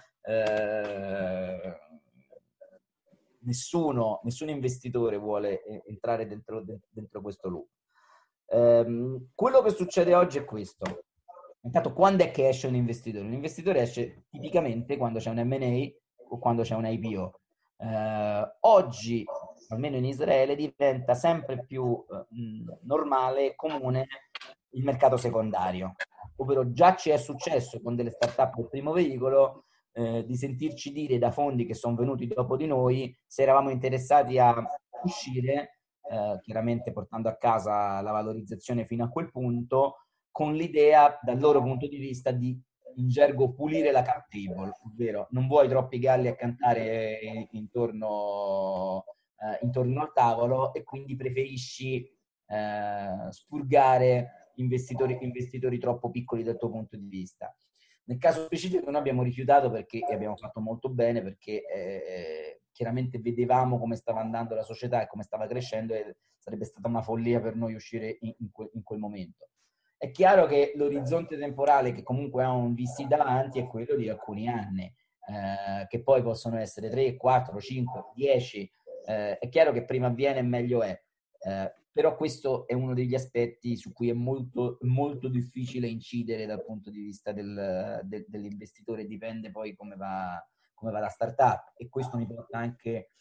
Speaker 5: Nessun investitore vuole entrare dentro questo loop. Quello che succede oggi è questo. Intanto, quando è che esce un investitore? Un investitore esce tipicamente quando c'è un M&A o quando c'è un IPO. Oggi, almeno in Israele, diventa sempre più normale e comune il mercato secondario, ovvero già ci è successo con delle startup del primo veicolo di sentirci dire da fondi che sono venuti dopo di noi se eravamo interessati a uscire, chiaramente portando a casa la valorizzazione fino a quel punto, con l'idea dal loro punto di vista di, in gergo, pulire la cap table, ovvero non vuoi troppi galli a cantare intorno al tavolo e quindi preferisci spurgare investitori troppo piccoli dal tuo punto di vista. Nel caso specifico noi abbiamo rifiutato perché abbiamo fatto molto bene, perché chiaramente vedevamo come stava andando la società e come stava crescendo e sarebbe stata una follia per noi uscire in quel momento. È chiaro che l'orizzonte temporale che comunque ha un VC davanti è quello di alcuni anni, che poi possono essere 3, 4, 5, 10. È chiaro che prima avviene meglio è. Però questo è uno degli aspetti su cui è molto, molto difficile incidere dal punto di vista dell'investitore, dipende poi come va la startup, e questo mi porta anche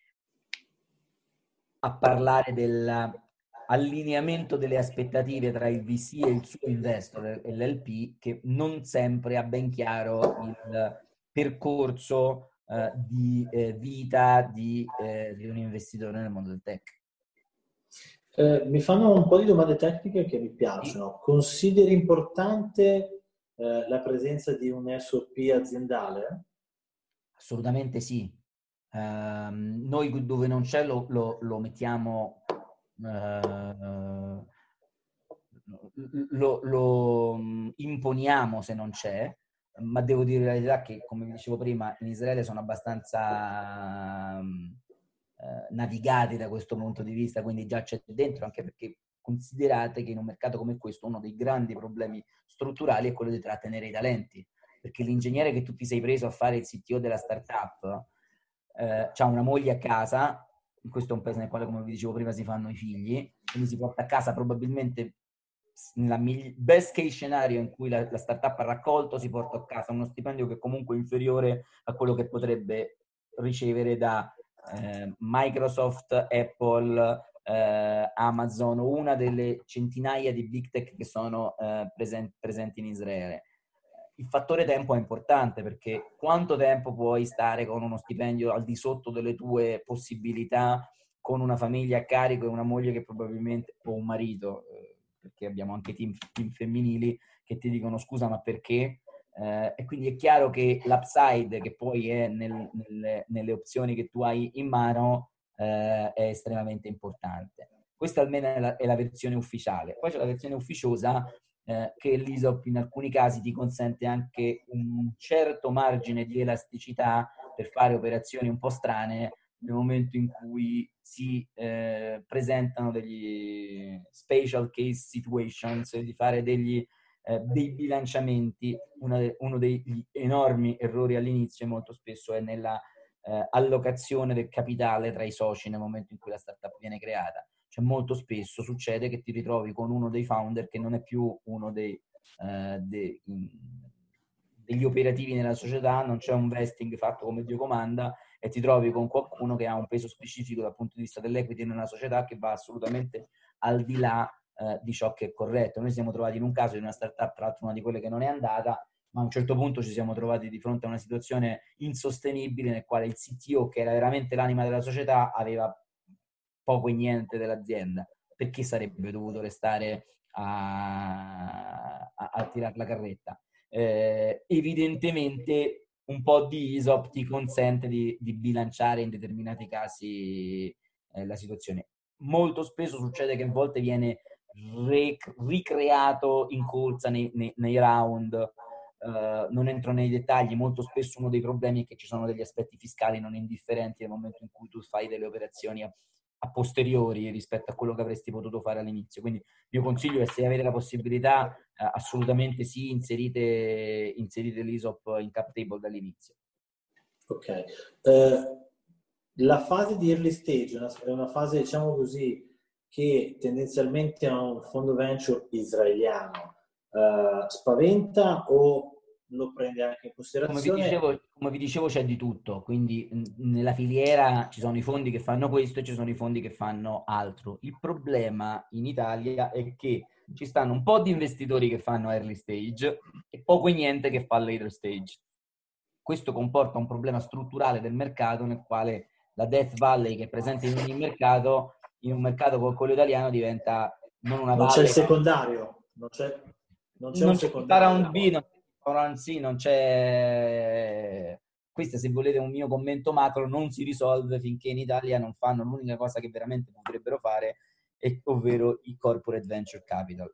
Speaker 5: a parlare dell'allineamento delle aspettative tra il VC e il suo investor e l'LP, che non sempre ha ben chiaro il percorso di vita di un investitore nel mondo del tech.
Speaker 4: Mi fanno un po' di domande tecniche che mi piacciono. Consideri importante la presenza di un SOP aziendale? Assolutamente
Speaker 5: sì. Noi dove non c'è lo mettiamo, lo imponiamo se non c'è, ma devo dire la verità che, come vi dicevo prima, in Israele sono abbastanza navigati da questo punto di vista, quindi già c'è dentro, anche perché considerate che in un mercato come questo uno dei grandi problemi strutturali è quello di trattenere i talenti, perché l'ingegnere che tu ti sei preso a fare il CTO della startup ha una moglie a casa, questo è un paese nel quale, come vi dicevo prima, si fanno i figli, quindi si porta a casa probabilmente, nella best case scenario in cui la startup ha raccolto, si porta a casa uno stipendio che comunque è inferiore a quello che potrebbe ricevere da Microsoft, Apple, Amazon, o una delle centinaia di big tech che sono presenti in Israele. Il fattore tempo è importante, perché quanto tempo puoi stare con uno stipendio al di sotto delle tue possibilità, con una famiglia a carico e una moglie che probabilmente, o un marito, perché abbiamo anche team femminili che ti dicono scusa ma perché? E quindi è chiaro che l'upside che poi è nelle opzioni che tu hai in mano è estremamente importante. Questa almeno è la versione ufficiale. Poi c'è la versione ufficiosa, che l'ISOP in alcuni casi ti consente anche un certo margine di elasticità per fare operazioni un po' strane nel momento in cui si presentano degli special case situations, di fare dei bilanciamenti. Uno degli enormi errori all'inizio molto spesso è nella allocazione del capitale tra i soci nel momento in cui la startup viene creata. Cioè, molto spesso succede che ti ritrovi con uno dei founder che non è più uno degli operativi nella società, non c'è un vesting fatto come Dio comanda, e ti trovi con qualcuno che ha un peso specifico dal punto di vista dell'equity in una società che va assolutamente al di là di ciò che è corretto. Noi siamo trovati in un caso di una startup, tra l'altro una di quelle che non è andata, ma a un certo punto ci siamo trovati di fronte a una situazione insostenibile nel quale il CTO, che era veramente l'anima della società, aveva poco e niente dell'azienda, perché sarebbe dovuto restare a tirare la carretta. Evidentemente un po' di ISOP ti consente di bilanciare in determinati casi la situazione. Molto spesso succede che a volte viene ricreato in corsa nei round. Non entro nei dettagli, molto spesso uno dei problemi è che ci sono degli aspetti fiscali non indifferenti nel momento in cui tu fai delle operazioni a posteriori rispetto a quello che avresti potuto fare all'inizio. Quindi il mio consiglio è, se avete la possibilità, assolutamente sì, inserite l'ISOP in cap table dall'inizio.
Speaker 4: Ok. La fase di early stage è una fase, diciamo così, che tendenzialmente è un fondo venture israeliano. Spaventa o lo prende anche in considerazione?
Speaker 5: Come vi dicevo, c'è di tutto, quindi nella filiera ci sono i fondi che fanno questo e ci sono i fondi che fanno altro. Il problema in Italia è che ci stanno un po' di investitori che fanno early stage e poco e niente che fa later stage. Questo comporta un problema strutturale del mercato, nel quale la Death Valley, che è presente in ogni mercato, in un mercato come quello italiano diventa non una
Speaker 4: Non
Speaker 5: valle.
Speaker 4: c'è il secondario, non c'è un secondario.
Speaker 5: Round B, non c'è round C, non c'è... Questo, se volete un mio commento macro, non si risolve finché in Italia non fanno l'unica cosa che veramente potrebbero fare, ovvero i corporate venture capital,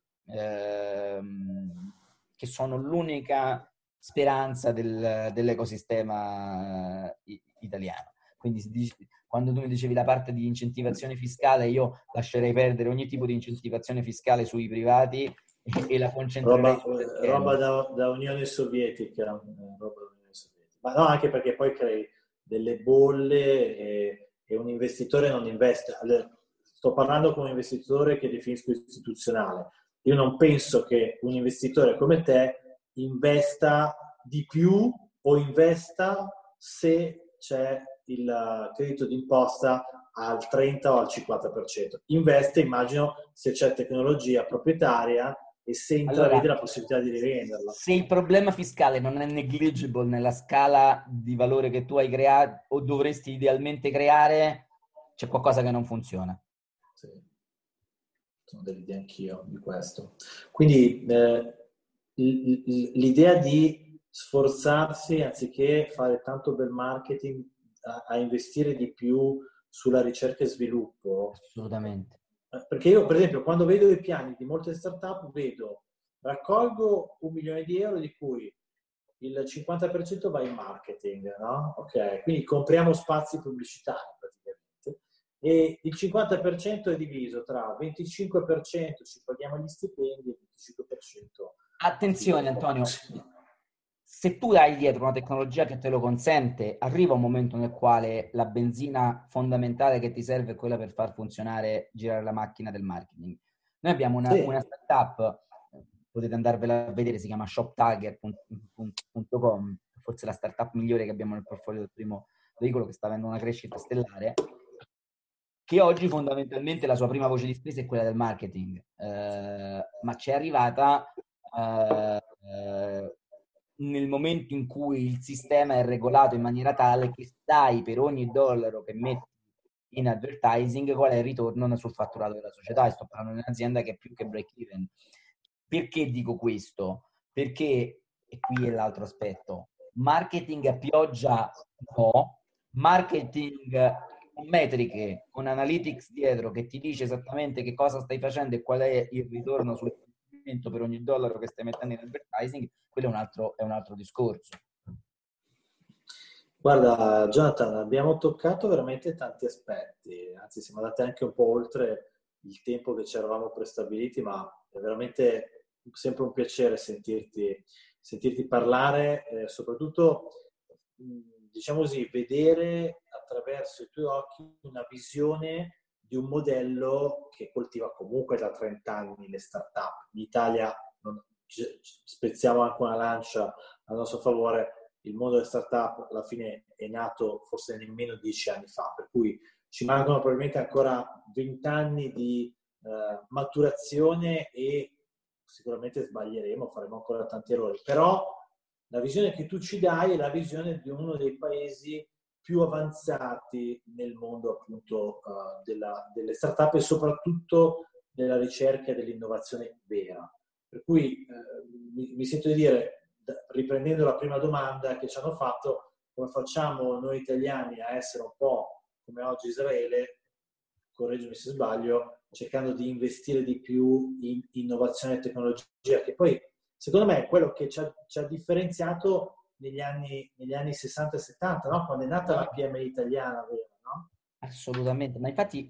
Speaker 5: che sono l'unica speranza dell'ecosistema italiano. Quindi quando tu mi dicevi la parte di incentivazione fiscale, io lascerei perdere ogni tipo di incentivazione fiscale sui privati e la concentrerei
Speaker 4: roba da Unione Sovietica, ma no, anche perché poi crei delle bolle e un investitore non investe. Allora, sto parlando come investitore che definisco istituzionale. Io non penso che un investitore come te investa di più o investa se c'è il credito d'imposta al 30 o al 50%. Investe, immagino, se c'è tecnologia proprietaria e se intravede la possibilità di rivenderla.
Speaker 5: Se il problema fiscale non è negligible nella scala di valore che tu hai creato o dovresti idealmente creare, c'è qualcosa che non funziona.
Speaker 4: Sì. Sono dell'idea anch'io di questo. Quindi l'idea di sforzarsi, anziché fare tanto bel marketing, a investire di più sulla ricerca e sviluppo.
Speaker 5: Assolutamente.
Speaker 4: Perché io, per esempio, quando vedo i piani di molte startup, raccolgo €1 milione, di cui il 50% va in marketing, no? Ok, quindi compriamo spazi pubblicitari praticamente, e il 50% è diviso tra 25% ci paghiamo gli stipendi e 25%.
Speaker 5: Attenzione, Antonio, se tu hai dietro una tecnologia che te lo consente, arriva un momento nel quale la benzina fondamentale che ti serve è quella per far funzionare, girare la macchina del marketing. Noi abbiamo una startup, potete andarvela a vedere, si chiama shoptiger.com, forse la startup migliore che abbiamo nel portfolio del primo veicolo, che sta avendo una crescita stellare, che oggi fondamentalmente la sua prima voce di spesa è quella del marketing, ma c'è arrivata nel momento in cui il sistema è regolato in maniera tale che sai per ogni dollaro che metti in advertising qual è il ritorno sul fatturato della società. E sto parlando di un'azienda che è più che break even. Perché dico questo? Perché, e qui è l'altro aspetto, marketing a pioggia no, marketing con metriche, con analytics dietro che ti dice esattamente che cosa stai facendo e qual è il ritorno sul investimento per ogni dollaro che stai mettendo in advertising, quello è un altro discorso.
Speaker 4: Guarda, Jonathan, abbiamo toccato veramente tanti aspetti, anzi siamo andati anche un po' oltre il tempo che ci eravamo prestabiliti, ma è veramente sempre un piacere sentirti parlare, soprattutto, diciamo così, vedere attraverso i tuoi occhi una visione di un modello che coltiva comunque da 30 anni le start-up. In Italia, spezziamo anche una lancia a nostro favore, il mondo delle start-up alla fine è nato forse nemmeno 10 anni fa, per cui ci mancano probabilmente ancora 20 anni di maturazione e sicuramente sbaglieremo, faremo ancora tanti errori, però la visione che tu ci dai è la visione di uno dei paesi più avanzati nel mondo appunto delle start-up e soprattutto della ricerca e dell'innovazione vera. Per cui mi sento di dire, riprendendo la prima domanda che ci hanno fatto, come facciamo noi italiani a essere un po' come oggi Israele, correggimi se sbaglio, cercando di investire di più in innovazione e tecnologia, che poi secondo me è quello che ci ha differenziato negli anni 60 e 70, no? Quando è nata la PMI italiana, no?
Speaker 5: Assolutamente, ma infatti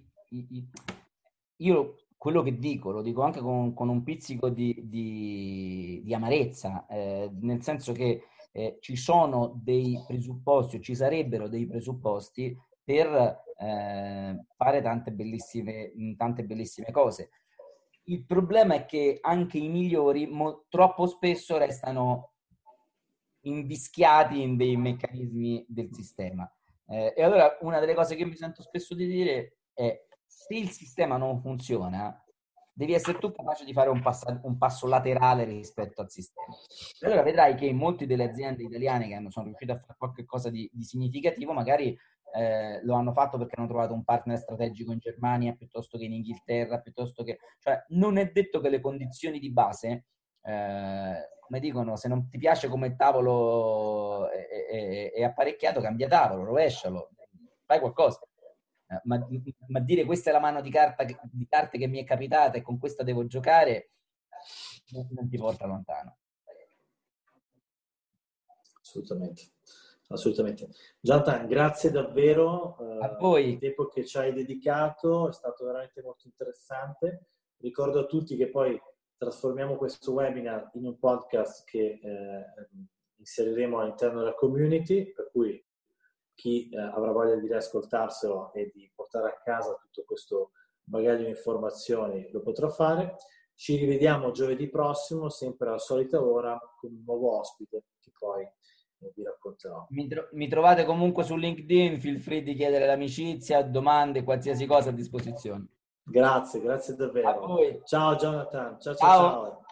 Speaker 5: io quello che dico, lo dico anche con un pizzico di amarezza, nel senso che ci sono dei presupposti, o ci sarebbero dei presupposti per fare tante bellissime cose. Il problema è che anche i migliori troppo spesso restano invischiati in dei meccanismi del sistema. E allora una delle cose che mi sento spesso di dire è: se il sistema non funziona, devi essere tu capace di fare un passo laterale rispetto al sistema. E allora vedrai che in molte delle aziende italiane che sono riuscite a fare qualche cosa di significativo, magari lo hanno fatto perché hanno trovato un partner strategico in Germania piuttosto che in Inghilterra, piuttosto che... Cioè, non è detto che le condizioni di base, come dicono, se non ti piace come tavolo è apparecchiato, cambia tavolo, rovescialo, fai qualcosa. Ma dire questa è la mano di carte che mi è capitata e con questa devo giocare non ti porta lontano.
Speaker 4: Assolutamente. Jonathan, grazie davvero
Speaker 5: a voi.
Speaker 4: Il tempo che ci hai dedicato è stato veramente molto interessante. Ricordo a tutti che poi trasformiamo questo webinar in un podcast che inseriremo all'interno della community, per cui chi avrà voglia di riascoltarselo e di portare a casa tutto questo bagaglio di informazioni lo potrà fare. Ci rivediamo giovedì prossimo, sempre alla solita ora, con un nuovo ospite che poi vi racconterò.
Speaker 5: Mi trovate comunque su LinkedIn, feel free di chiedere l'amicizia, domande, qualsiasi cosa a disposizione.
Speaker 4: Grazie davvero.
Speaker 5: A voi.
Speaker 4: Ciao Jonathan, ciao.